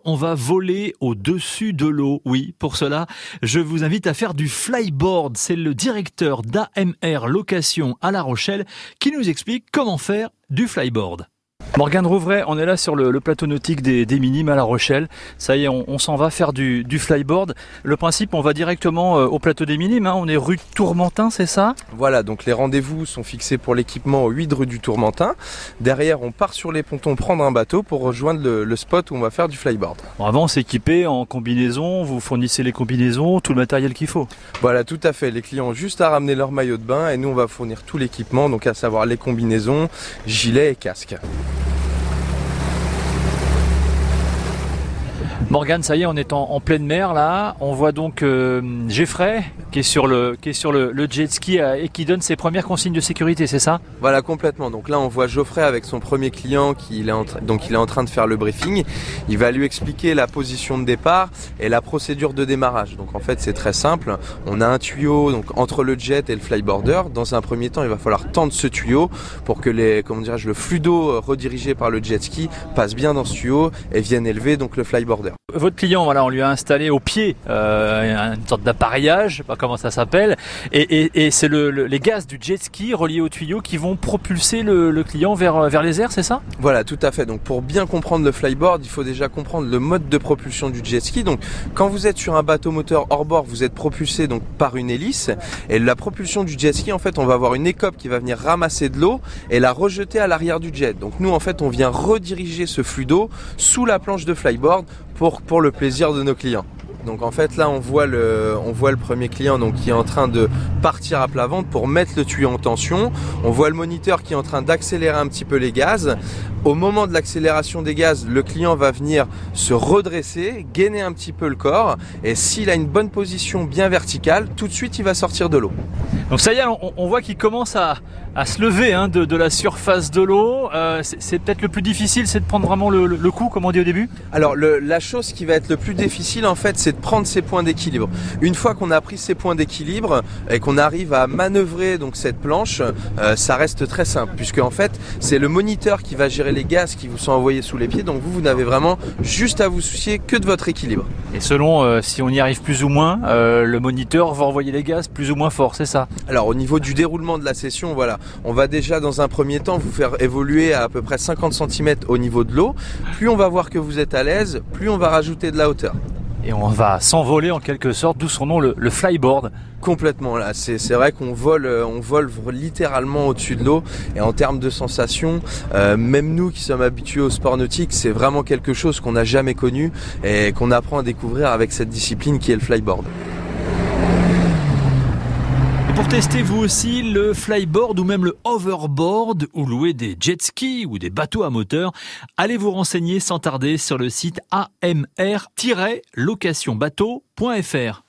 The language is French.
on va voler au-dessus de l'eau. Oui, pour cela, je vous invite à faire du flyboard. C'est le directeur d'AMR Location à La Rochelle qui nous explique comment faire du flyboard. Morgane Rouvray, on est là sur le plateau nautique des Minimes à La Rochelle. Ça y est, on s'en va faire du flyboard. Le principe, on va directement au plateau des Minimes. On est rue Tourmentin, c'est ça ? Voilà, donc les rendez-vous sont fixés pour l'équipement au 8 rue du Tourmentin. Derrière, on part sur les pontons prendre un bateau pour rejoindre le spot où on va faire du flyboard. Bon, avant, on s'équipait en combinaison. Vous fournissez les combinaisons, tout le matériel qu'il faut. Voilà, tout à fait. Les clients ont juste à ramener leur maillot de bain et nous, on va fournir tout l'équipement, donc à savoir les combinaisons, gilets et casques. Morgane, ça y est, on est en pleine mer là. On voit donc Geoffrey qui est sur le jet ski et qui donne ses premières consignes de sécurité, c'est ça ? Voilà, complètement. Donc là, on voit Geoffrey avec son premier client il est en train de faire le briefing. Il va lui expliquer la position de départ et la procédure de démarrage. Donc en fait, c'est très simple. On a un tuyau donc entre le jet et le flyboarder. Dans un premier temps, il va falloir tendre ce tuyau pour que le flux d'eau redirigé par le jet ski passe bien dans ce tuyau et vienne élever donc le flyboarder. Votre client, voilà, on lui a installé au pied une sorte d'appareillage, je sais pas comment ça s'appelle, et c'est les gaz du jet ski reliés au tuyau qui vont propulser le client vers les airs, c'est ça ? Voilà, tout à fait. Donc pour bien comprendre le flyboard, il faut déjà comprendre le mode de propulsion du jet ski. Donc quand vous êtes sur un bateau moteur hors bord, vous êtes propulsé donc par une hélice, et la propulsion du jet ski, en fait, on va avoir une écope qui va venir ramasser de l'eau et la rejeter à l'arrière du jet. Donc nous, en fait, on vient rediriger ce flux d'eau sous la planche de flyboard pour le plaisir de nos clients. Donc en fait là on voit le premier client donc qui est en train de partir à plat ventre pour mettre le tuyau en tension. On voit le moniteur qui est en train d'accélérer un petit peu les gaz. Au moment de l'accélération des gaz, le client va venir se redresser, gainer un petit peu le corps, et s'il a une bonne position bien verticale, tout de suite il va sortir de l'eau. Donc ça y est, on voit qu'il commence à se lever de la surface de l'eau. C'est peut-être le plus difficile, c'est de prendre vraiment le coup, comme on dit au début. Alors la chose qui va être le plus difficile en fait, c'est de prendre ses points d'équilibre. Une fois qu'on a pris ses points d'équilibre et qu'on arrive à manœuvrer donc cette planche, ça reste très simple, puisque en fait c'est le moniteur qui va gérer les gaz qui vous sont envoyés sous les pieds. Donc vous n'avez vraiment juste à vous soucier que de votre équilibre. Et selon si on y arrive plus ou moins, le moniteur va envoyer les gaz plus ou moins fort, c'est ça ? Alors au niveau du déroulement de la session, voilà, on va déjà dans un premier temps vous faire évoluer à peu près 50 cm au niveau de l'eau. Plus on va voir que vous êtes à l'aise, plus on va rajouter de la hauteur. Et on va s'envoler en quelque sorte, d'où son nom, le flyboard. Complètement, là, c'est vrai qu'on vole littéralement au-dessus de l'eau, et en termes de sensations, même nous qui sommes habitués au sport nautique, c'est vraiment quelque chose qu'on n'a jamais connu et qu'on apprend à découvrir avec cette discipline qui est le flyboard. Pour tester vous aussi le flyboard ou même le hoverboard ou louer des jet skis ou des bateaux à moteur, allez vous renseigner sans tarder sur le site amr-locationbateau.fr.